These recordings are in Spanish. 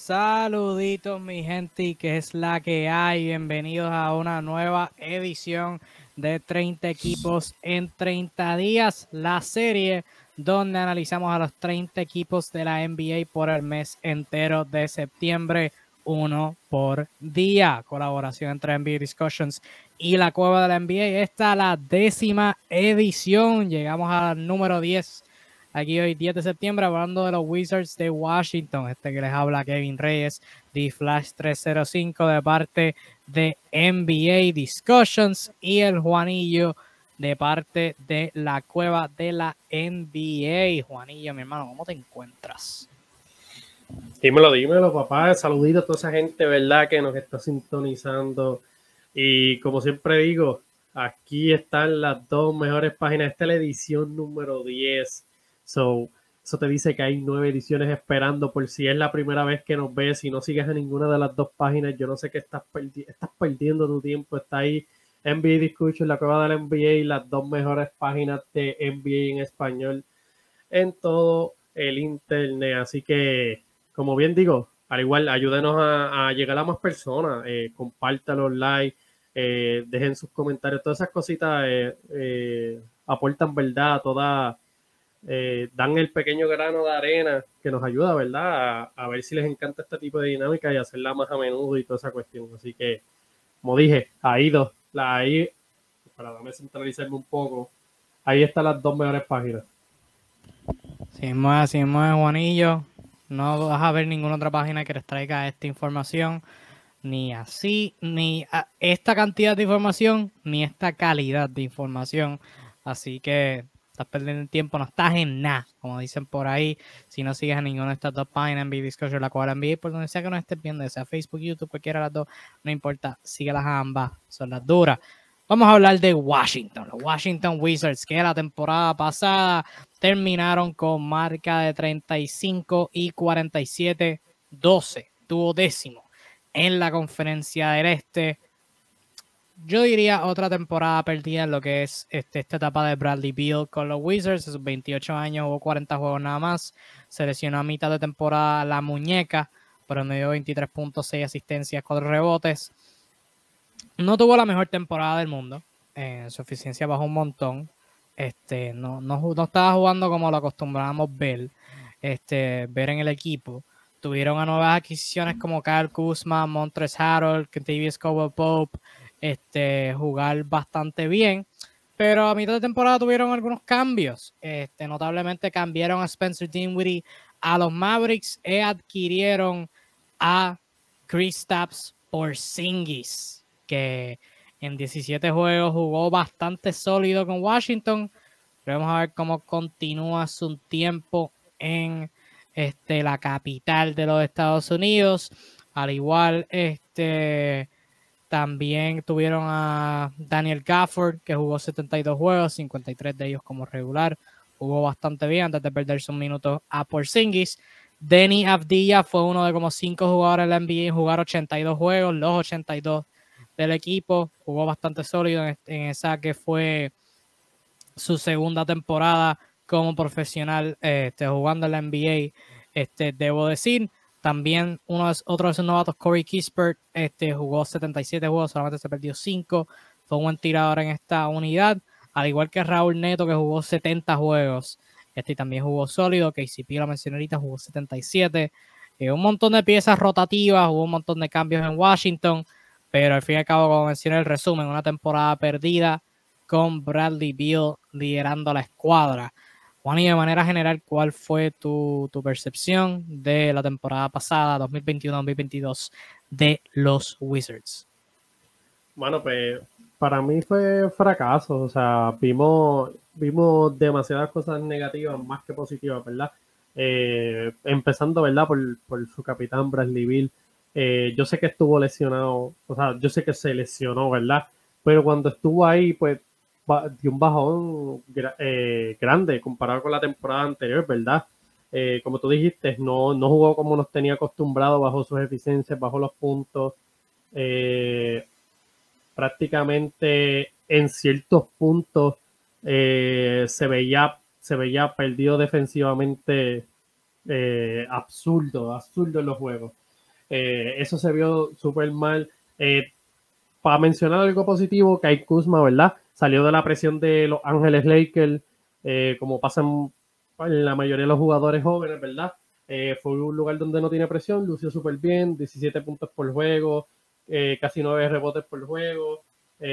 Saluditos mi gente, y que es la que hay. Bienvenidos a una nueva edición de 30 equipos en 30 días, la serie donde analizamos a los 30 equipos de la NBA por el mes entero de septiembre, uno por día. Colaboración entre NBA Discussions y la Cueva de la NBA. Esta es la 10ª edición. Llegamos al número 10. Aquí hoy 10 de septiembre hablando de los Wizards de Washington. Este que les habla Kevin Reyes, de Flash 305 de parte de NBA Discussions, y el Juanillo de parte de la Cueva de la NBA. Juanillo, mi hermano, ¿cómo te encuentras? Dímelo, papá. Saludito a toda esa gente, ¿verdad?, que nos está sintonizando. Y como siempre digo, aquí están las dos mejores páginas. Esta es la edición número 10. Eso te dice que hay 9 ediciones esperando por si es la primera vez que nos ves. Si no sigues a ninguna de las dos páginas, yo no sé qué estás perdiendo tu tiempo. Está ahí NBA Discussion, la Cueva de la NBA, y las dos mejores páginas de NBA en español en todo el internet. Así que, como bien digo, al igual, ayúdenos a llegar a más personas. Compártalo, like, dejen sus comentarios. Todas esas cositas aportan, ¿verdad? Todas dan el pequeño grano de arena que nos ayuda, ¿verdad? A ver si les encanta este tipo de dinámica y hacerla más a menudo y toda esa cuestión. Así que, como dije, ahí, para darme centralizarme un poco, ahí están las dos mejores páginas. Sin más, Juanillo. No vas a ver ninguna otra página que les traiga esta información, ni así, ni esta cantidad de información, ni esta calidad de información. Así que estás perdiendo el tiempo, no estás en nada, como dicen por ahí. Si no sigues a ninguna de estas dos páginas, NBA Discussion, la Cueva NBA, por donde sea que nos estés viendo, sea Facebook, YouTube, cualquiera de las dos, no importa, síguelas a ambas, son las duras. Vamos a hablar de Washington, los Washington Wizards, que la temporada pasada terminaron con marca de 35 y 47, 12, duodécimo en la conferencia del Este. Yo diría otra temporada perdida en lo que es esta etapa de Bradley Beal con los Wizards. A sus 28 años, hubo 40 juegos nada más. Se lesionó a mitad de temporada la muñeca, pero me dio 23.6 asistencias, 4 rebotes. No tuvo la mejor temporada del mundo. Su eficiencia bajó un montón. No estaba jugando como lo acostumbrábamos ver en el equipo. Tuvieron a nuevas adquisiciones como Kyle Kuzma, Montrezl Harrell, Kentavious Caldwell-Pope, jugar bastante bien. Pero a mitad de temporada tuvieron algunos cambios. Notablemente cambiaron a Spencer Dinwiddie a los Mavericks y adquirieron a Kristaps Porzingis, que en 17 juegos jugó bastante sólido con Washington. Pero vamos a ver cómo continúa su tiempo en la capital de los Estados Unidos. Al igual, también tuvieron a Daniel Gafford, que jugó 72 juegos, 53 de ellos como regular. Jugó bastante bien antes de perderse un minuto a Porzingis. Deni Avdija fue uno de como 5 jugadores de la NBA en jugar 82 juegos, los 82 del equipo. Jugó bastante sólido en esa que fue su segunda temporada como profesional jugando en la NBA. Debo decir, también otro de sus novatos, Corey Kispert, jugó 77 juegos, solamente se perdió 5. Fue un buen tirador en esta unidad, al igual que Raúl Neto, que jugó 70 juegos. También jugó sólido. KCP, lo mencioné ahorita, jugó 77. Un montón de piezas rotativas, hubo un montón de cambios en Washington, pero al fin y al cabo, como mencioné el resumen, una temporada perdida con Bradley Beal liderando la escuadra. Juan, y de manera general, ¿cuál fue tu percepción de la temporada pasada, 2021-2022, de los Wizards? Bueno, pues para mí fue fracaso. O sea, vimos demasiadas cosas negativas más que positivas, ¿verdad? Empezando, ¿verdad? Por su capitán Bradley Beal. Yo sé que estuvo lesionado, o sea, yo sé que se lesionó, ¿verdad? Pero cuando estuvo ahí, pues dio un bajón grande comparado con la temporada anterior, ¿verdad? Como tú dijiste, no jugó como nos tenía acostumbrado, bajo sus eficiencias, bajo los puntos. Prácticamente en ciertos puntos se veía perdido defensivamente, absurdo en los juegos. Eso se vio súper mal. Para mencionar algo positivo, Kyle Kuzma, ¿verdad? Salió de la presión de Los Ángeles Lakers, como pasa en la mayoría de los jugadores jóvenes, ¿verdad? Fue un lugar donde no tiene presión, lució súper bien, 17 puntos por juego, casi 9 rebotes por juego,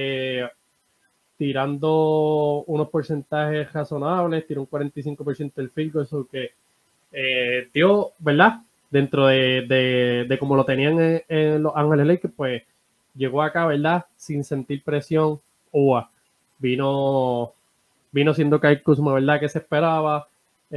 tirando unos porcentajes razonables, tiró un 45% del field goal, eso que dio, ¿verdad? Dentro de como lo tenían en Los Ángeles Lakers, pues llegó acá, ¿verdad? Sin sentir presión. Ua. Vino, vino siendo Kyle Kuzma, ¿verdad? Que se esperaba.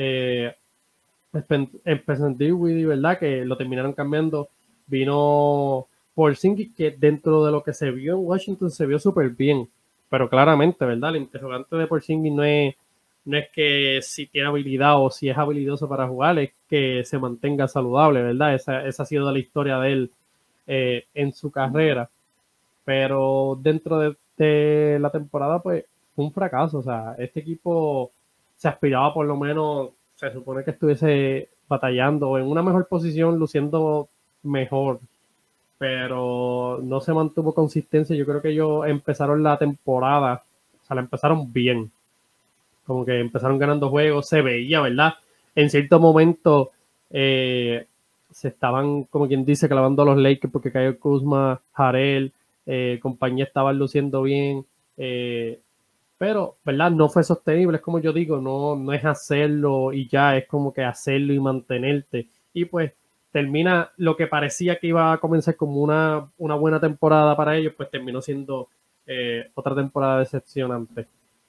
Spencer Dinwiddie, ¿verdad? Que lo terminaron cambiando. Vino Porzingis, que dentro de lo que se vio en Washington se vio súper bien. Pero claramente, ¿verdad? El interrogante de Porzingis no es que si tiene habilidad o si es habilidoso para jugar, es que se mantenga saludable, ¿verdad? Esa ha sido la historia de él en su carrera. Pero dentro de la temporada, pues, fue un fracaso. O sea, este equipo se aspiraba por lo menos, se supone que estuviese batallando en una mejor posición, luciendo mejor, pero no se mantuvo consistencia. Yo creo que ellos empezaron la temporada, o sea, la empezaron bien, como que empezaron ganando juegos, se veía, ¿verdad? En cierto momento se estaban, como quien dice, clavando a los Lakers porque cayó Kuzma, Harrell, compañía estaban luciendo bien, pero, ¿verdad? No fue sostenible, es como yo digo, no es hacerlo y ya, es como que hacerlo y mantenerte. Y pues termina lo que parecía que iba a comenzar como una buena temporada para ellos, pues terminó siendo otra temporada decepcionante.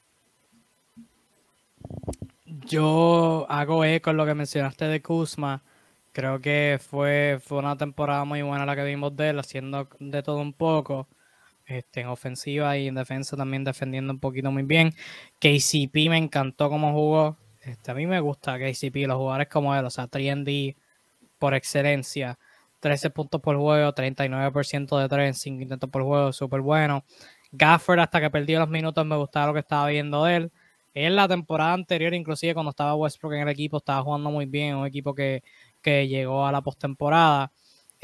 Yo hago eco en lo que mencionaste de Kuzma. Creo que fue una temporada muy buena la que vimos de él, haciendo de todo un poco. En ofensiva y en defensa también defendiendo un poquito muy bien. KCP me encantó cómo jugó. A mí me gusta KCP, los jugadores como él, o sea, 3D por excelencia. 13 puntos por juego, 39% de 3 en 5 intentos por juego, súper bueno. Gafford, hasta que perdió los minutos, me gustaba lo que estaba viendo de él. En la temporada anterior, inclusive cuando estaba Westbrook en el equipo, estaba jugando muy bien, un equipo que llegó a la postemporada.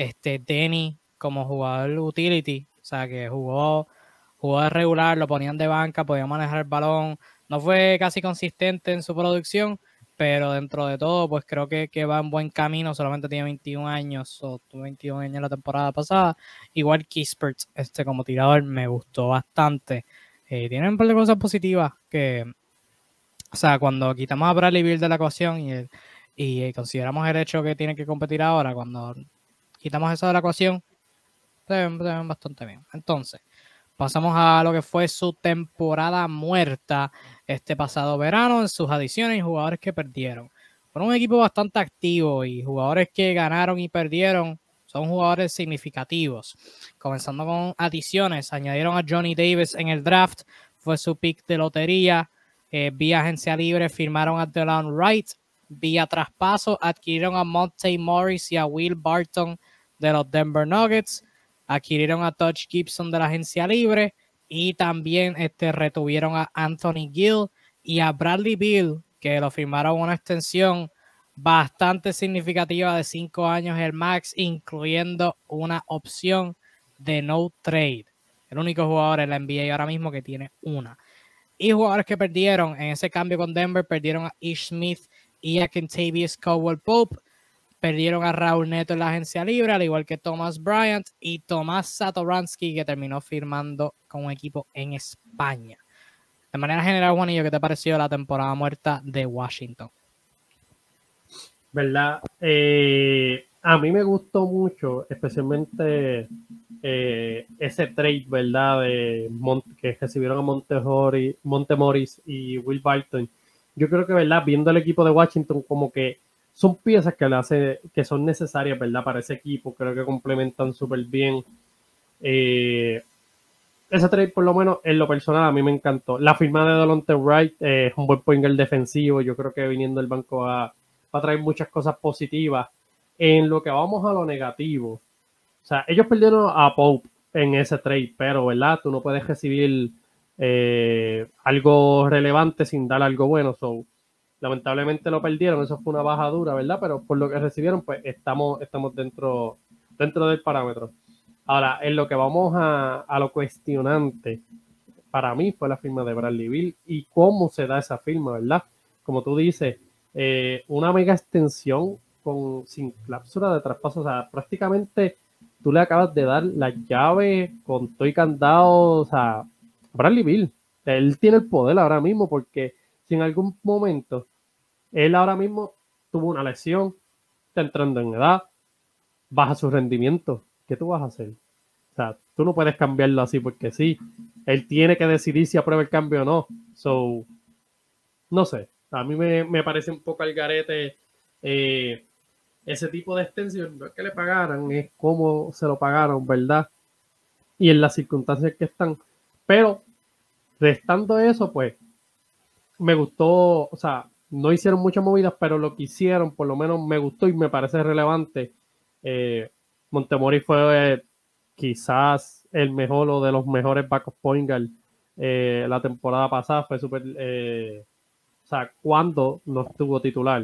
Denny como jugador utility, o sea, que jugó de regular, lo ponían de banca, podía manejar el balón. No fue casi consistente en su producción, pero dentro de todo, pues creo que va en buen camino. Solamente tiene 21 años, o tuvo 21 años la temporada pasada. Igual Kispert, como tirador, me gustó bastante. Tiene un par de cosas positivas que, o sea, cuando quitamos a Bradley Beal de la ecuación y consideramos el hecho que tiene que competir ahora, cuando quitamos eso de la ecuación, se ven bastante bien. Entonces, pasamos a lo que fue su temporada muerta este pasado verano en sus adiciones y jugadores que perdieron. Fueron un equipo bastante activo y jugadores que ganaron y perdieron son jugadores significativos. Comenzando con adiciones, añadieron a Johnny Davis en el draft, fue su pick de lotería. Vía agencia libre firmaron a Delon Wright. Vía traspaso adquirieron a Monte Morris y a Will Barton de los Denver Nuggets. Adquirieron a Touch Gibson de la agencia libre y también retuvieron a Anthony Gill y a Bradley Beal, que lo firmaron una extensión bastante significativa de 5 años el max, incluyendo una opción de no trade. El único jugador en la NBA ahora mismo que tiene una. Y jugadores que perdieron en ese cambio con Denver, perdieron a Ish Smith y a Kentavious Caldwell-Pope. Perdieron a Raúl Neto en la agencia libre, al igual que Thomas Bryant y Tomás Satoransky, que terminó firmando con un equipo en España. De manera general, Juanillo, ¿qué te pareció la temporada muerta de Washington? ¿Verdad? A mí me gustó mucho, especialmente ese trade, ¿verdad? Que recibieron a Monte Morris y Will Barton. Yo creo que, ¿verdad? Viendo el equipo de Washington, como que son piezas que son necesarias, ¿verdad? Para ese equipo. Creo que complementan súper bien. Ese trade, por lo menos, en lo personal, a mí me encantó. La firma de Delonte Wright es un buen point guard defensivo. Yo creo que viniendo del banco va a traer muchas cosas positivas. En lo que vamos a lo negativo, o sea, ellos perdieron a Pope en ese trade, pero, ¿verdad? Tú no puedes recibir algo relevante sin dar algo bueno. So, lamentablemente lo perdieron, eso fue una baja dura, ¿verdad? Pero por lo que recibieron, pues estamos dentro dentro del parámetro. Ahora, en lo que vamos a lo cuestionante, para mí fue la firma de Bradley Beal y cómo se da esa firma, ¿verdad? Como tú dices, una mega extensión sin cláusula de traspaso, o sea, prácticamente tú le acabas de dar la llave con todo y candado, o sea, a Bradley Beal. Él tiene el poder ahora mismo porque si en algún momento él ahora mismo tuvo una lesión, está entrando en edad, baja su rendimiento, ¿qué tú vas a hacer? O sea, tú no puedes cambiarlo así porque sí. Él tiene que decidir si aprueba el cambio o no. So, no sé. A mí me parece un poco al garete ese tipo de extensión. No es que le pagaran, es cómo se lo pagaron, ¿verdad? Y en las circunstancias que están. Pero, restando eso, pues, me gustó, o sea, no hicieron muchas movidas, pero lo que hicieron, por lo menos me gustó y me parece relevante. Montemori fue quizás el mejor o de los mejores backup point guard la temporada pasada. Fue súper, o sea, cuando no estuvo titular.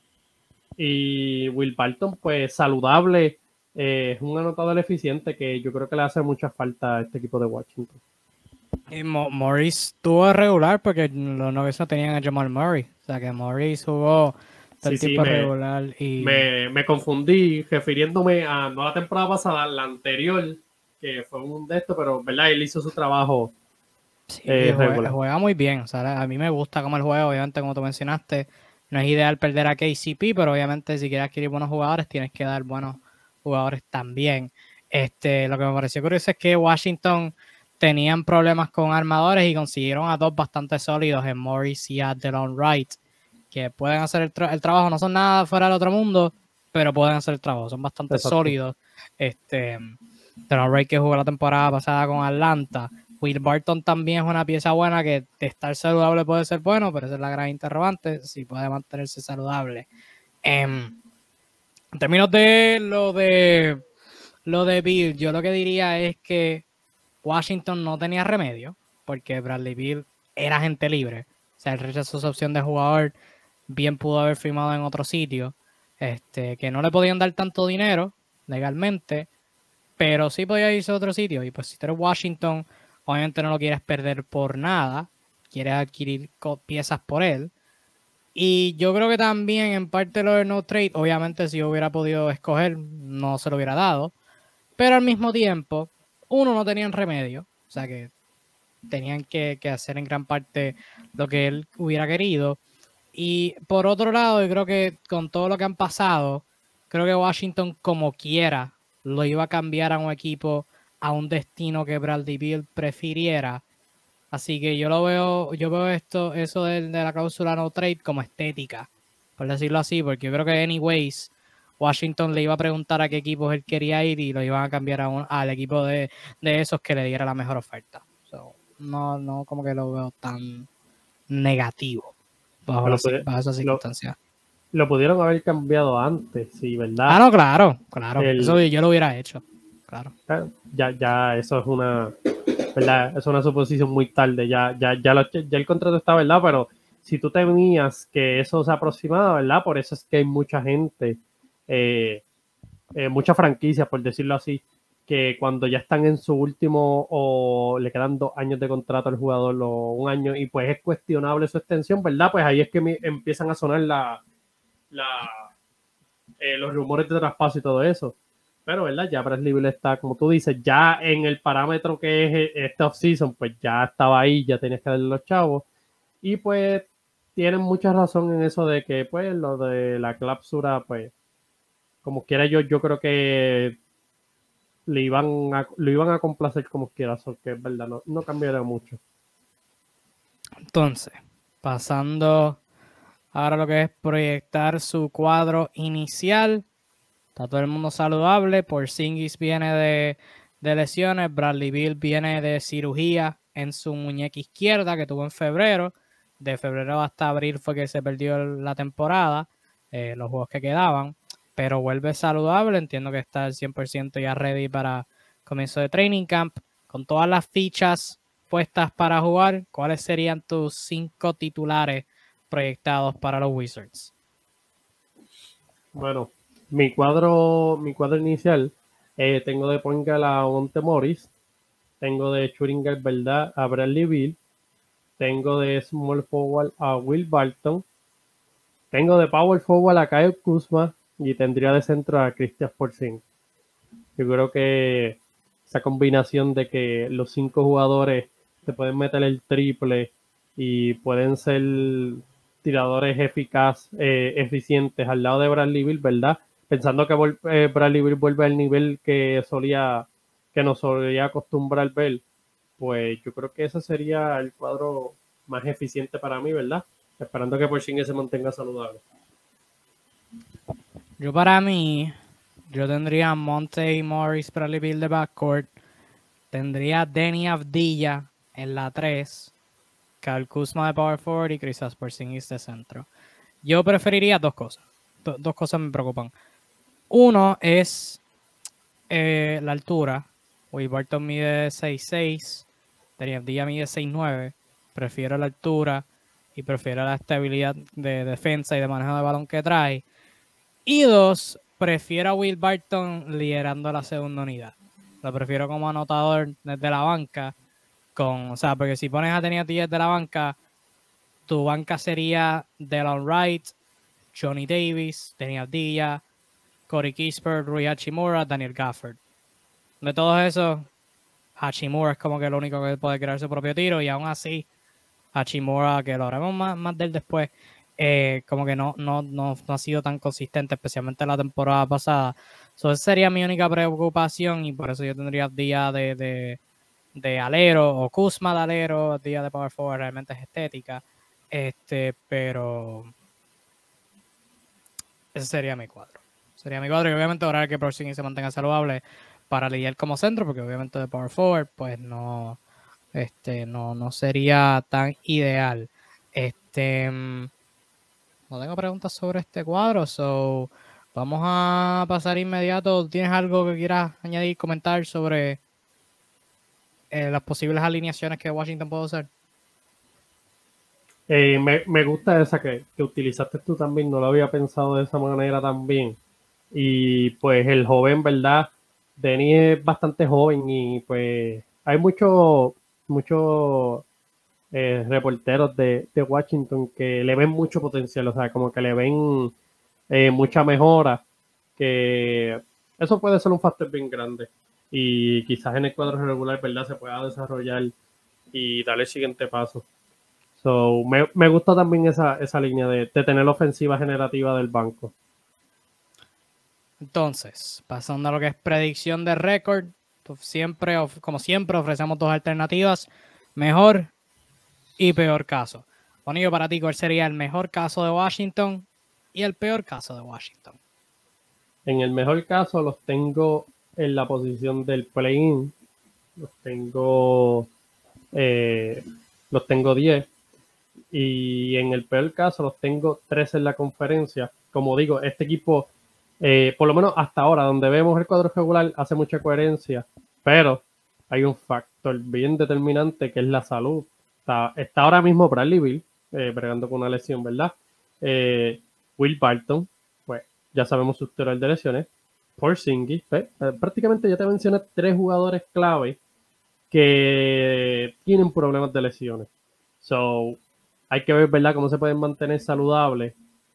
Y Will Barton, pues saludable, es un anotador eficiente que yo creo que le hace mucha falta a este equipo de Washington. Y Morris estuvo regular porque los Nuggets tenían a Jamal Murray. O sea que Morris jugó todo el tiempo regular. Me confundí refiriéndome a no la temporada pasada, la anterior, que fue un de estos, pero verdad, él hizo su trabajo. Sí, juega muy bien. O sea, a mí me gusta cómo el juega, obviamente, como tú mencionaste. No es ideal perder a KCP, pero obviamente si quieres adquirir buenos jugadores, tienes que dar buenos jugadores también. Lo que me pareció curioso es que Washington tenían problemas con armadores y consiguieron a dos bastante sólidos en Morris y a Delon Wright, que pueden hacer el trabajo. No son nada fuera del otro mundo, pero pueden hacer el trabajo. Son bastante sólidos. Delon Wright, que jugó la temporada pasada con Atlanta. Will Barton también es una pieza buena que de estar saludable puede ser bueno, pero esa es la gran interrogante, si puede mantenerse saludable. En términos de lo de Bill, yo lo que diría es que Washington no tenía remedio, porque Bradley Beal era agente libre. O sea, él rechazó su opción de jugador, bien pudo haber firmado en otro sitio, que no le podían dar tanto dinero legalmente, pero sí podía irse a otro sitio. Y pues si tú eres Washington, obviamente no lo quieres perder por nada, quieres adquirir piezas por él. Y yo creo que también en parte lo de no trade, obviamente si yo hubiera podido escoger, no se lo hubiera dado. Pero al mismo tiempo, uno, no tenían remedio. O sea que tenían que hacer en gran parte lo que él hubiera querido. Y por otro lado, yo creo que con todo lo que han pasado, creo que Washington como quiera lo iba a cambiar a un equipo, a un destino que Bradley Beal prefiriera. Así que yo veo eso de la cláusula no trade como estética, por decirlo así, porque yo creo que anyways Washington le iba a preguntar a qué equipos él quería ir y lo iban a cambiar al equipo de esos que le diera la mejor oferta. So, no como que lo veo tan negativo bajo esas circunstancias. Lo pudieron haber cambiado antes, sí, ¿verdad? Ah, no, claro. Eso yo lo hubiera hecho, claro. Ya eso es una, ¿verdad? Es una suposición muy tarde, ya el contrato está, ¿verdad? Pero si tú temías que eso se aproximaba, ¿verdad? Por eso es que hay mucha gente, muchas franquicias, por decirlo así, que cuando ya están en su último o le quedan 2 años de contrato al jugador o 1 año y pues es cuestionable su extensión, ¿verdad? Pues ahí es que empiezan a sonar los rumores de traspaso y todo eso. Pero, ¿verdad? Ya Bradley Beal está, como tú dices, ya en el parámetro que es este offseason, pues ya estaba ahí, ya tenías que darle los chavos. Y pues tienen mucha razón en eso de que, pues, lo de la cláusula, pues, como quiera yo creo que lo iban a complacer como quiera, porque es verdad, no cambiaría mucho. Entonces, pasando ahora lo que es proyectar su cuadro inicial. Está todo el mundo saludable. Porzingis viene de lesiones. Bradley Beal viene de cirugía en su muñeca izquierda que tuvo en febrero. De febrero hasta abril fue que se perdió la temporada, los juegos que quedaban. Pero vuelve saludable. Entiendo que está al 100% ya ready para comienzo de training camp. Con todas las fichas puestas para jugar, ¿cuáles serían tus 5 titulares proyectados para los Wizards? Bueno, mi cuadro inicial, Tengo de point guard a Monte Morris. Tengo de shooting guard, ¿verdad?, a Bradley Beal. Tengo de small forward a Will Barton. Tengo de power forward a Kyle Kuzma. Y tendría de centro a Kristaps Porzingis. Yo creo que esa combinación de que los 5 jugadores te pueden meter el triple y pueden ser tiradores eficientes al lado de Bradley Beal, ¿verdad? Pensando que Bradley Beal vuelve al nivel que nos solía acostumbrar ver, pues yo creo que ese sería el cuadro más eficiente para mí, ¿verdad? Esperando que Porzingis se mantenga saludable. Para mí, yo tendría Monte Morris, Bradley Beal de backcourt. Tendría Deni Avdija en la 3. Kyle Kuzma de power forward y Kristaps Porzingis de centro. Yo preferiría dos cosas. Dos cosas me preocupan. Uno es la altura. Will Barton mide 6'6". Deni Avdija mide 6'9". Prefiero la altura y prefiero la estabilidad de defensa y de manejo de balón que trae. Y dos, prefiero a Will Barton liderando la segunda unidad. Lo prefiero como anotador desde la banca. O sea, porque si pones a Deni Avdija desde la banca, tu banca sería Delon Wright, Johnny Davis, Deni Avdija, Corey Kispert, Rui Hachimura, Daniel Gafford. De todos esos, Hachimura es como que lo único que puede crear su propio tiro y aún así, Hachimura, que lo haremos más de él después, como que no ha sido tan consistente, especialmente la temporada pasada. Esa sería mi única preocupación y por eso yo tendría día de alero o Kuzma de alero, día de power forward, realmente es estética. Pero ese sería mi cuadro. Sería mi cuadro y obviamente orar que Porzingis se mantenga saludable para lidiar como centro, porque obviamente de power forward pues no sería tan ideal. No tengo preguntas sobre este cuadro, so vamos a pasar inmediato. ¿Tienes algo que quieras añadir, comentar sobre las posibles alineaciones que Washington puede usar? Me gusta esa que utilizaste tú también, no lo había pensado de esa manera también. Y pues el joven, ¿verdad? Denny es bastante joven y pues hay muchos reporteros de Washington que le ven mucho potencial, o sea, como que le ven mucha mejora, que eso puede ser un factor bien grande. Y quizás en el cuadro regular, ¿verdad? Se pueda desarrollar y dar el siguiente paso. So, me gusta también esa línea de tener la ofensiva generativa del banco. Entonces, pasando a lo que es predicción de récord, como siempre, ofrecemos dos alternativas, mejor y peor caso. Bonillo, para ti, ¿cuál sería el mejor caso de Washington y el peor caso de Washington? En el mejor caso los tengo en la posición del play-in, los tengo, los tengo 10. Y en el peor caso los tengo 3 en la conferencia. Como digo, este equipo, por lo menos hasta ahora, donde vemos el cuadro regular, hace mucha coherencia, pero hay un factor bien determinante que es la salud. Está ahora mismo Bradley Beal, bregando con una lesión, ¿verdad? Will Barton, pues ya sabemos su historial de lesiones. Porzingis, prácticamente ya te mencioné 3 jugadores clave que tienen problemas de lesiones. So, hay que ver, ¿verdad?, cómo se pueden mantener saludables.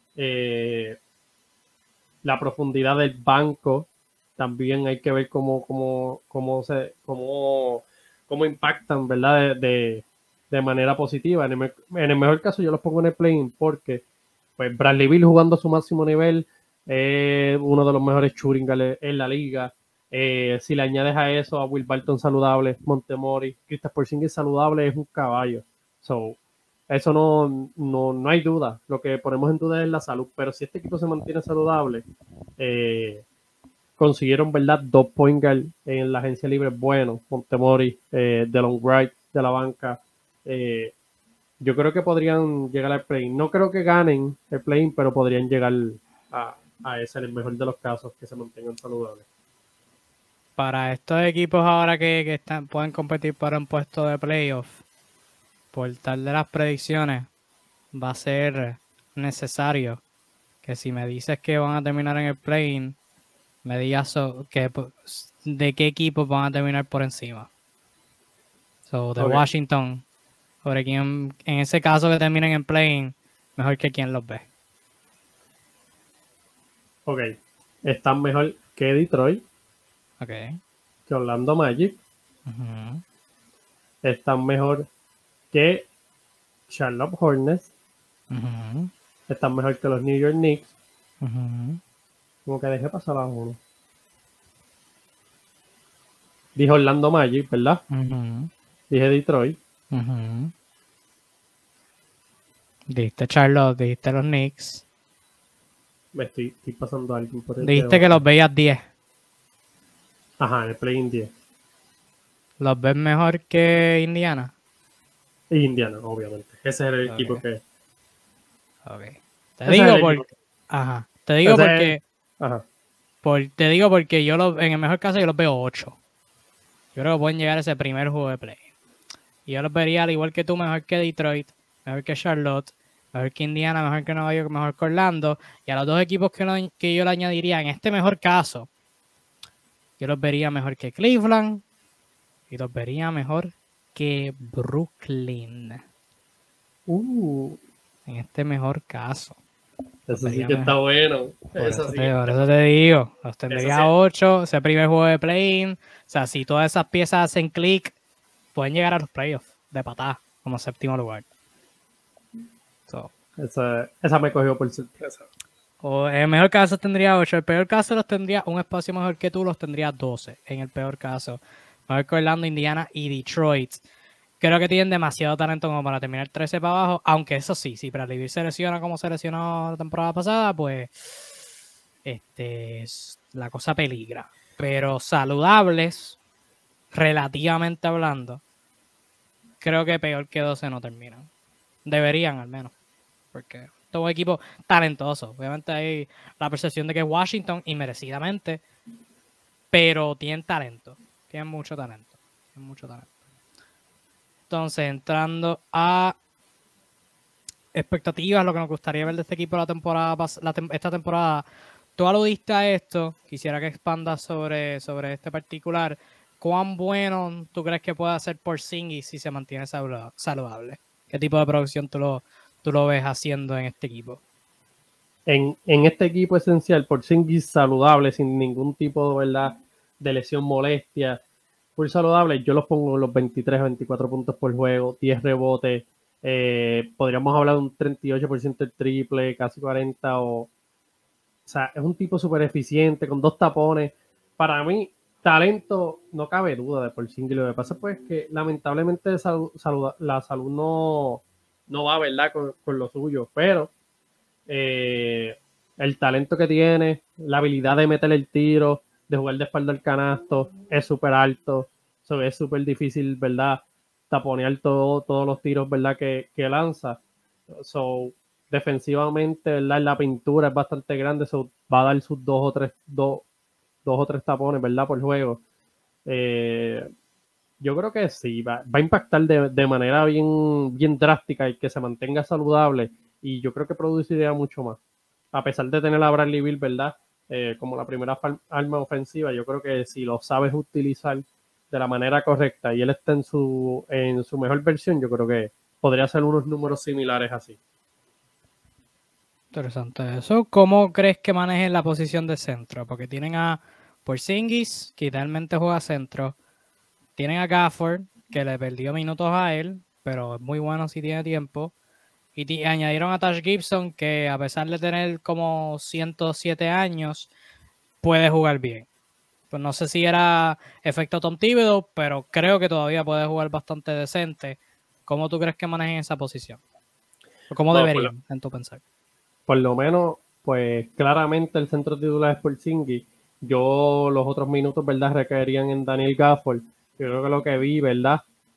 La profundidad del banco, también hay que ver cómo impactan, ¿verdad?, de manera positiva. En el mejor caso yo los pongo en el play-in porque pues Bradley Beal jugando a su máximo nivel, uno de los mejores shooting en la liga. Si le añades a eso a Will Barton saludable, Montemori, Kristaps Porzingis saludable, es un caballo. So, eso no hay duda. Lo que ponemos en duda es la salud. Pero si este equipo se mantiene saludable, consiguieron, ¿verdad?, 2 point guard en la agencia libre buenos, Montemori, Delon Wright de la banca. Yo creo que podrían llegar al play-in. No creo que ganen el play-in, pero podrían llegar a ese, en el mejor de los casos, que se mantengan saludables. Para estos equipos ahora que pueden competir para un puesto de playoff, por tal de las predicciones, va a ser necesario que si me dices que van a terminar en el play-in, me digas de qué equipos van a terminar por encima. So, de Ok. Washington, sobre quién, en ese caso que terminen en play-in, mejor que quién los ve. Ok. Están mejor que Detroit, Ok. que Orlando Magic. Ujú, Están mejor que Charlotte Hornets. ujú, Están mejor que los New York Knicks. ujú, Como que dejé pasar a uno. Dije Orlando Magic, ¿verdad? ujú, Dije Detroit. ujú. Dijiste Charlotte, dijiste los Knicks. Estoy pasando a alguien por el Dijiste que debajo. los veías 10. Ajá, en el play-in 10. ¿Los ves mejor que Indiana? Y Indiana, obviamente. Ese es el equipo Ok, que. ok. Te Ese es el digo equipo porque... que. Ajá. Te digo Ese es. porque... Ajá. Te digo porque en el mejor caso yo los veo 8. Yo creo que pueden llegar a ese primer juego de play. Y yo los vería al igual que tú, mejor que Detroit, mejor que Charlotte, mejor que Indiana, mejor que Nueva York, mejor que Orlando. Y a los dos equipos que yo le añadiría en este mejor caso, yo los vería mejor que Cleveland y los vería mejor que Brooklyn. Uh, En este mejor caso. Los Eso sí vería que está mejor. bueno. Por Eso eso sí que por está. eso te digo, los Eso sí. tendría 8, ese primer juego de play-in. O sea, si todas esas piezas hacen clic, pueden llegar a los playoffs de patada como séptimo lugar. So, Esa me cogió por sorpresa. o en el mejor caso tendría 8, en el peor caso los tendría un espacio mejor que tú, los tendría 12. En el peor caso, mejor que Orlando, Indiana y Detroit. Creo que tienen demasiado talento como para terminar 13 para abajo, aunque eso sí, si Bradley se lesiona como se lesionó la temporada pasada, pues la cosa peligra. Pero saludables, relativamente hablando, creo que peor que 12 no terminan. Deberían al menos, porque todo un equipo talentoso. Obviamente hay la percepción de que es Washington y merecidamente, pero tienen talento, tienen mucho talento, tienen mucho talento. Entonces, entrando a expectativas, lo que nos gustaría ver de este equipo la temporada esta temporada, tú aludiste a esto, quisiera que expandas sobre este particular. ¿Cuán bueno tú crees que puede hacer Porzingis si se mantiene saludable? ¿Qué tipo de producción tú lo ves haciendo en este equipo? En este equipo esencial, Porzingis saludable, sin ningún tipo, ¿verdad?, de lesión, molestia, full saludable, yo los pongo en los 23, 24 puntos por juego, 10 rebotes, podríamos hablar de un 38% el triple, casi 40, o sea, es un tipo súper eficiente, con 2 tapones. Para mí, talento, no cabe duda de Porzingis. Lo que pasa pues es que lamentablemente la salud no va, ¿verdad?, con lo suyo, pero el talento que tiene, la habilidad de meter el tiro, de jugar de espalda al canasto, es súper alto, es súper difícil, ¿verdad?, taponear todos los tiros, ¿verdad?, que lanza. So, defensivamente, ¿verdad?, en la pintura es bastante grande, va a dar sus dos o tres tapones, ¿verdad?, por juego. Yo creo que sí, va a impactar de manera bien drástica y que se mantenga saludable, y yo creo que produciría mucho más. A pesar de tener a Bradley Beal, ¿verdad?, como la primera arma ofensiva, yo creo que si lo sabes utilizar de la manera correcta y él está en su mejor versión, yo creo que podría ser unos números similares así. Interesante eso. ¿Cómo crees que manejen la posición de centro? Porque tienen a Porzingis, que idealmente juega centro. Tienen a Gafford, que le perdió minutos a él, pero es muy bueno si tiene tiempo. Y añadieron a Taj Gibson, que a pesar de tener como 107 años, puede jugar bien. Pues no sé si era efecto Tom Thibodeau, pero creo que todavía puede jugar bastante decente. ¿Cómo tú crees que manejen esa posición? ¿O cómo Bueno, deberían, en tu pensar? por lo menos, pues claramente el centro titular es Porzingis. Yo los otros minutos, ¿verdad?, recaerían en Daniel Gafford. Yo creo que lo que vi, ¿verdad?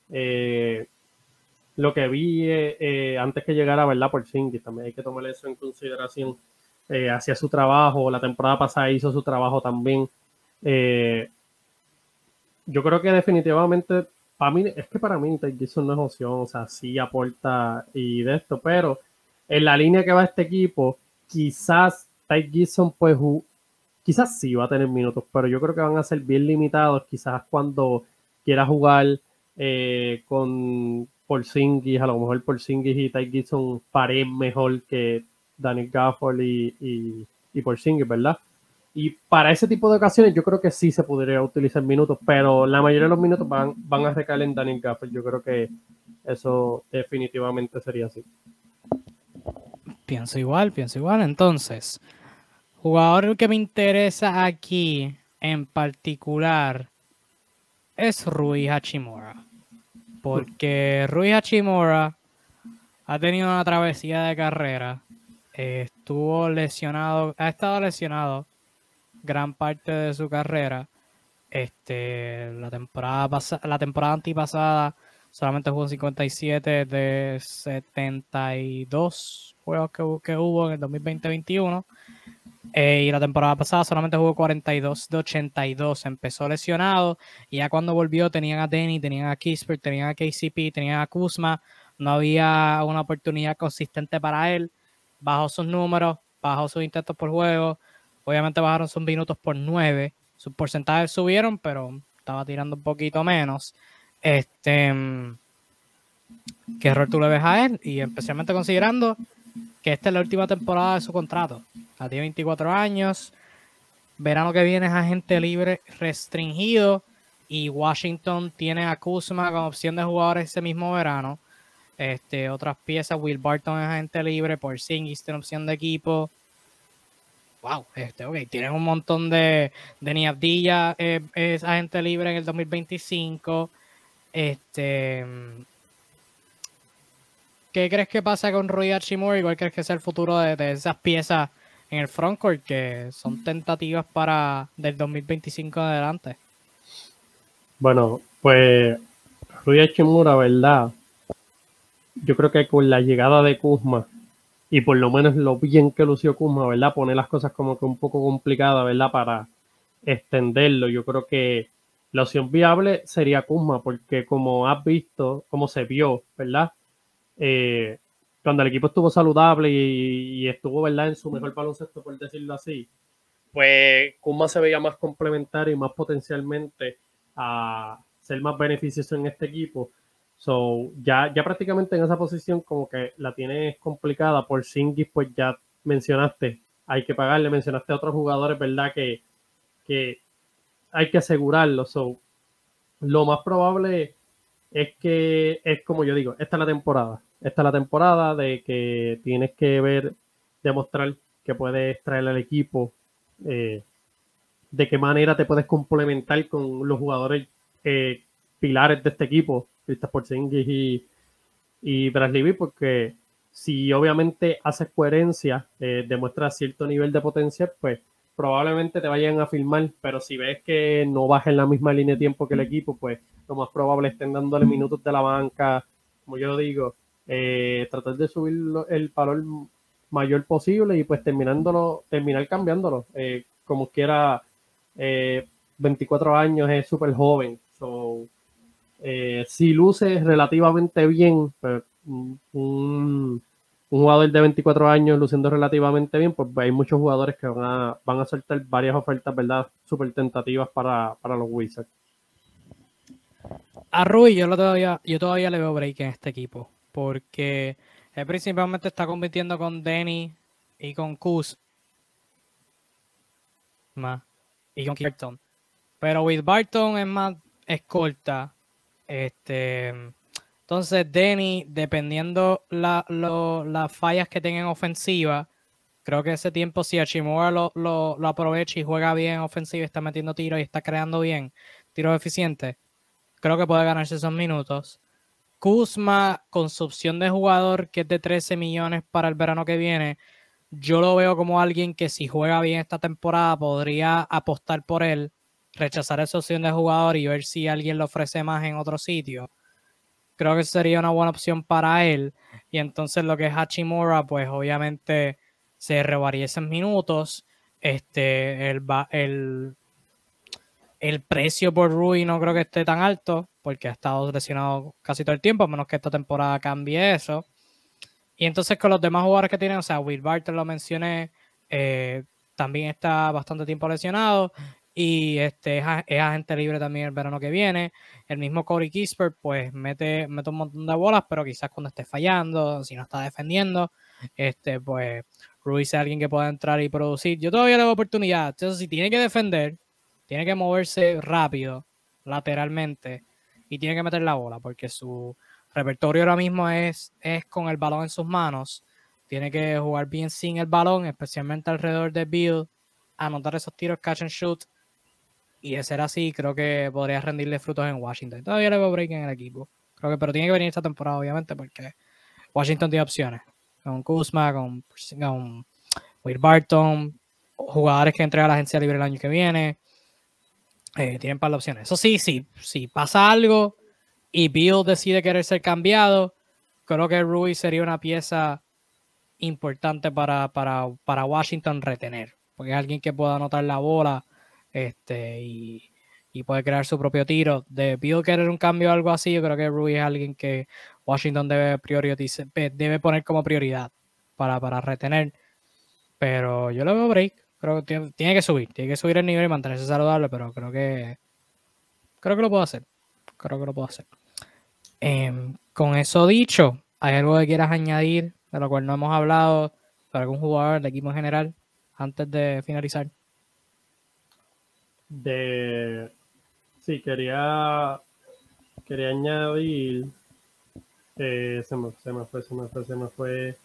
Lo que vi antes que llegara, ¿verdad?, Porzingis, también hay que tomar eso en consideración. Hacía su trabajo, la temporada pasada hizo su trabajo también. Eh, yo creo que definitivamente, para mí Ty Gibson no es opción, o sea, sí aporta y de esto, pero en la línea que va este equipo, quizás Ty Gibson pues quizás sí va a tener minutos, pero yo creo que van a ser bien limitados, quizás cuando quiera jugar con Porzingis, a lo mejor Porzingis y Ty Gibson paren mejor que Daniel Gafford y Porzingis, ¿verdad? Y para ese tipo de ocasiones yo creo que sí se podría utilizar minutos, pero la mayoría de los minutos van a recaer en Daniel Gafford. Yo creo que eso definitivamente sería así. Pienso igual, pienso igual. Entonces, jugador que me interesa aquí en particular es Rui Hachimura. Porque Rui Hachimura ha tenido una travesía de carrera. Estuvo lesionado, ha estado lesionado gran parte de su carrera. La temporada antipasada solamente jugó 57 de 72 juegos que hubo en el 2020-21. Y la temporada pasada solamente jugó 42 de 82. Empezó lesionado y ya cuando volvió tenían a Denny, tenían a Kispert, tenían a KCP, tenían a Kuzma. No había una oportunidad consistente para él. Bajó sus números, bajó sus intentos por juego. Obviamente bajaron sus minutos por 9. Sus porcentajes subieron, pero estaba tirando un poquito menos. ¿Qué error tú le ves a él? Y especialmente considerando que esta es la última temporada de su contrato. Tiene 24 años. Verano que viene es agente libre restringido. Y Washington tiene a Kuzma como opción de jugadores ese mismo verano. Otras piezas, Will Barton es agente libre, Porzingis tiene opción de equipo. Wow, ok, tienen un montón de Abdilla es agente libre en el 2025. ¿Qué crees que pasa con Rui Hachimura y cuál crees que es el futuro de esas piezas en el frontcourt que son tentativas para del 2025 en adelante? Bueno, pues Rui Hachimura, ¿verdad? Yo creo que con la llegada de Kuzma y por lo menos lo bien que lució Kuzma, ¿verdad? Pone las cosas como que un poco complicadas, ¿verdad? Para extenderlo. Yo creo que la opción viable sería Kuzma, porque como has visto, como se vio, ¿verdad? Cuando el equipo estuvo saludable y estuvo, ¿verdad? En su mejor baloncesto, por decirlo así, pues Kuzma se veía más complementario y más potencialmente a ser más beneficioso en este equipo. So, ya prácticamente en esa posición como que la tienes complicada. Por Porzingis, pues ya mencionaste, hay que pagarle, mencionaste a otros jugadores, ¿verdad? Que hay que asegurarlo. So, lo más probable es que es como yo digo, esta es la temporada. Esta es la temporada de que tienes que ver, demostrar que puedes traer al equipo, de qué manera te puedes complementar con los jugadores pilares de este equipo, Kristaps Porzingis y Bradley Beal, porque si obviamente haces coherencia, demuestras cierto nivel de potencia, pues probablemente te vayan a firmar, pero si ves que no vas en la misma línea de tiempo que el equipo, pues lo más probable estén dándole minutos de la banca, como yo digo, tratar de subir el valor mayor posible y pues terminar cambiándolo, como quiera. 24 años es súper joven, so, si luce relativamente bien, pues, un jugador de 24 años luciendo relativamente bien, pues hay muchos jugadores que van a soltar varias ofertas, ¿verdad? Súper tentativas para los Wizards. A Rui yo todavía le veo break en este equipo, porque él principalmente está compitiendo con Denny y con Kuzma y con Barton. Pero Will Barton es más escolta. Entonces Denny, dependiendo las fallas que tenga en ofensiva, creo que ese tiempo si Hachimura lo aprovecha y juega bien en ofensiva, está metiendo tiros y está creando bien, tiros eficientes, creo que puede ganarse esos minutos. Kuzma, con su opción de jugador, que es de 13 millones para el verano que viene, yo lo veo como alguien que si juega bien esta temporada podría apostar por él, rechazar esa opción de jugador y ver si alguien le ofrece más en otro sitio. Creo que sería una buena opción para él. Y entonces lo que es Hachimura, pues obviamente se revaría esos minutos. El precio por Rui no creo que esté tan alto, porque ha estado lesionado casi todo el tiempo, a menos que esta temporada cambie eso. Y entonces con los demás jugadores que tienen, o sea, Will Barton lo mencioné, también está bastante tiempo lesionado y es agente libre también el verano que viene. El mismo Corey Kispert pues mete un montón de bolas, pero quizás cuando esté fallando, si no está defendiendo, pues Ruiz es alguien que pueda entrar y producir. Yo todavía le doy oportunidad. Entonces, si tiene que defender, tiene que moverse rápido, lateralmente, y tiene que meter la bola, porque su repertorio ahora mismo es con el balón en sus manos. Tiene que jugar bien sin el balón, especialmente alrededor de Bill, anotar esos tiros catch and shoot. Y de ser así, creo que podría rendirle frutos en Washington. Todavía le veo break en el equipo. Creo que, pero tiene que venir esta temporada, obviamente, porque Washington tiene opciones. Con Kuzma, con Will Barton, jugadores que entrega a la agencia libre el año que viene. Tienen par de opciones. Eso sí, si pasa algo y Bill decide querer ser cambiado, creo que Rui sería una pieza importante para Washington retener, porque es alguien que pueda anotar la bola y puede crear su propio tiro. De Bill querer un cambio o algo así, yo creo que Rui es alguien que Washington debe poner como prioridad para retener, pero yo le veo break. Creo que tiene que subir el nivel y mantenerse saludable, pero creo que lo puedo hacer. Creo que lo puedo hacer. Con eso dicho, ¿hay algo que quieras añadir de lo cual no hemos hablado para algún jugador del equipo en general antes de finalizar? Sí, quería añadir, se me fue,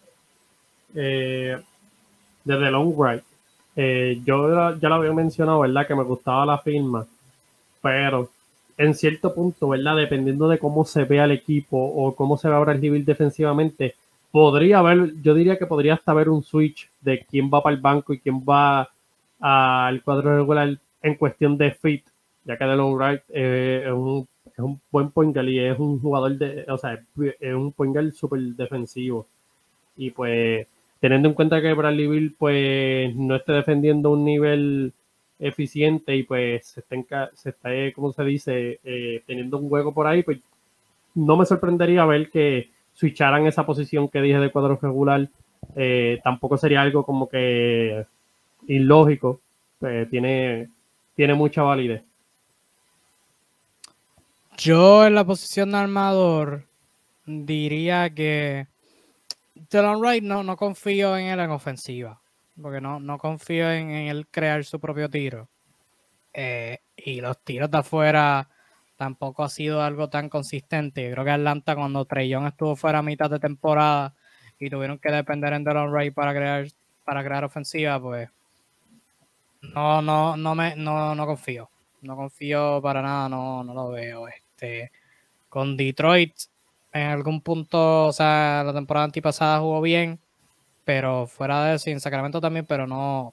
de The Long Ride. Yo ya lo había mencionado, ¿verdad? Que me gustaba la firma, pero en cierto punto, ¿verdad? Dependiendo de cómo se vea el equipo o cómo se va a Bradley defensivamente, yo diría que podría hasta haber un switch de quién va para el banco y quién va al cuadro regular en cuestión de fit, ya que Delon Wright es un buen point guard y es un jugador o sea, es un point guard súper defensivo. Y pues, teniendo en cuenta que Bradley Beal pues no esté defendiendo a un nivel eficiente y pues se está ¿cómo se dice? Teniendo un juego por ahí, pues no me sorprendería ver que switcharan esa posición que dije de cuadro regular. Tampoco sería algo como que ilógico. Tiene mucha validez. Yo en la posición de armador diría que Delon Wright no confío en él en ofensiva, porque no confío en él crear su propio tiro. Y los tiros de afuera tampoco ha sido algo tan consistente. Yo creo que Atlanta, cuando Trae Young estuvo fuera a mitad de temporada y tuvieron que depender en Delon Wright para crear ofensiva, pues no confío. No confío para nada, no lo veo. Con Detroit, en algún punto, o sea, la temporada antipasada jugó bien, pero fuera de eso, y en Sacramento también, pero no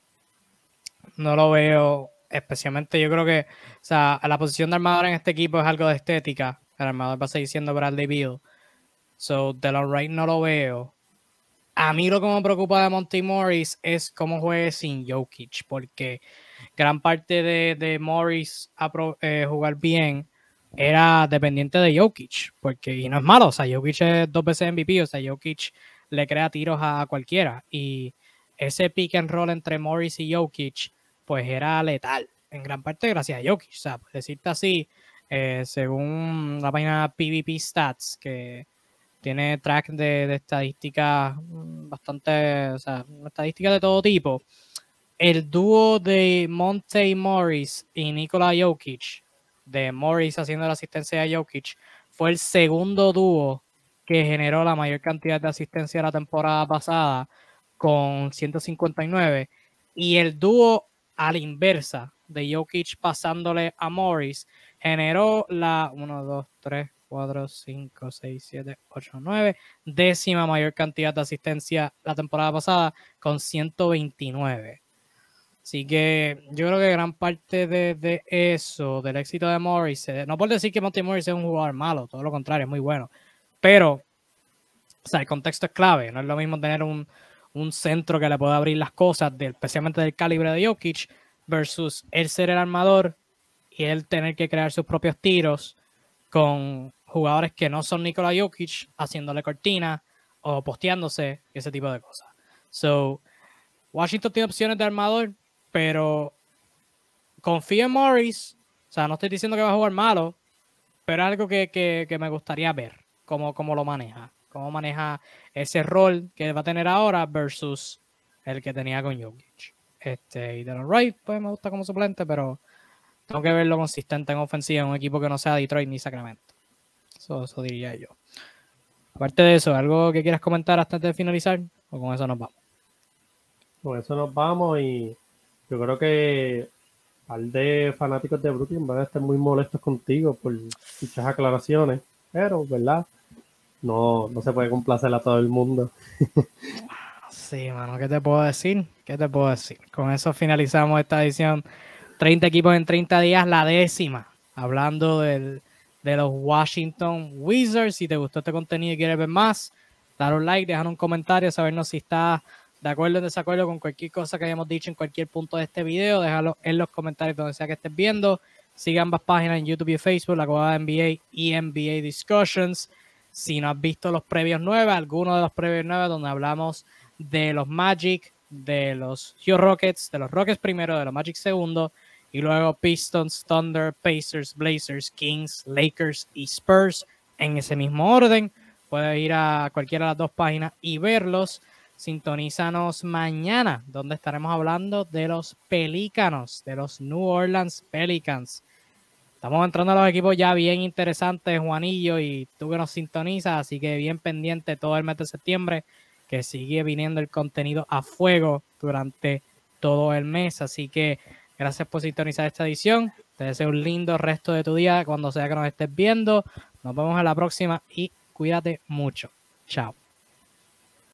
lo veo. Especialmente yo creo que, o sea, la posición de armador en este equipo es algo de estética. El armador va a seguir siendo Bradley Beal. So, Delon Wright no lo veo. A mí lo que me preocupa de Monty Morris es cómo juegue sin Jokic, porque gran parte de Morris jugar bien era dependiente de Jokic, y no es malo, o sea, Jokic es 2 veces MVP, o sea, Jokic le crea tiros a cualquiera, y ese pick and roll entre Morris y Jokic, pues era letal, en gran parte gracias a Jokic, o sea, por decirte así, según la página PvP Stats, que tiene track de estadísticas bastante, o sea, estadísticas de todo tipo. El dúo de Monte Morris y Nikola Jokic, de Morris haciendo la asistencia a Jokic, fue el segundo dúo que generó la mayor cantidad de asistencia de la temporada pasada con 159. Y el dúo a la inversa de Jokic pasándole a Morris generó la 1, 2, 3, 4, 5, 6, 7, 8, 9 décima mayor cantidad de asistencia la temporada pasada con 129. Así que yo creo que gran parte de eso, del éxito de Morris, no por decir que Monty Morris es un jugador malo, todo lo contrario, es muy bueno, pero o sea, el contexto es clave, no es lo mismo tener un centro que le pueda abrir las cosas, especialmente del calibre de Jokic, versus él ser el armador y él tener que crear sus propios tiros con jugadores que no son Nikola Jokic haciéndole cortina o posteándose, ese tipo de cosas. So, Washington tiene opciones de armador, pero confío en Morris. O sea, no estoy diciendo que va a jugar malo, pero es algo que me gustaría ver cómo lo maneja. Cómo maneja ese rol que va a tener ahora versus el que tenía con Jokic. Y Delon Wright, pues me gusta como suplente, pero tengo que verlo consistente en ofensiva en un equipo que no sea Detroit ni Sacramento. Eso diría yo. Aparte de eso, ¿algo que quieras comentar hasta antes de finalizar? ¿O con eso nos vamos? Con eso nos vamos y yo creo que un par de fanáticos de Brooklyn van a estar muy molestos contigo por dichas aclaraciones, pero, ¿verdad? No, no se puede complacer a todo el mundo. Sí, mano, ¿qué te puedo decir? ¿Qué te puedo decir? Con eso finalizamos esta edición 30 equipos en 30 días, la 10ª. Hablando de los Washington Wizards. Si te gustó este contenido y quieres ver más, dar un like, dejar un comentario, sabernos si estás de acuerdo o en desacuerdo con cualquier cosa que hayamos dicho en cualquier punto de este video. Déjalo en los comentarios donde sea que estés viendo. Sigue ambas páginas en YouTube y Facebook, la Cueva NBA y NBA Discussions. Si no has visto los previos 9, algunos de los previos 9 donde hablamos de los Magic, de los Houston Rockets, de los Rockets primero, de los Magic segundo, y luego Pistons, Thunder, Pacers, Blazers, Kings, Lakers y Spurs en ese mismo orden. Puedes ir a cualquiera de las dos páginas y verlos. Sintonízanos mañana, donde estaremos hablando de los Pelícanos, de los New Orleans Pelicans. Estamos entrando a los equipos ya bien interesantes, Juanillo, y tú que nos sintonizas, así que bien pendiente todo el mes de septiembre, que sigue viniendo el contenido a fuego durante todo el mes. Así que gracias por sintonizar esta edición. Te deseo un lindo resto de tu día cuando sea que nos estés viendo. Nos vemos en la próxima y cuídate mucho. Chao.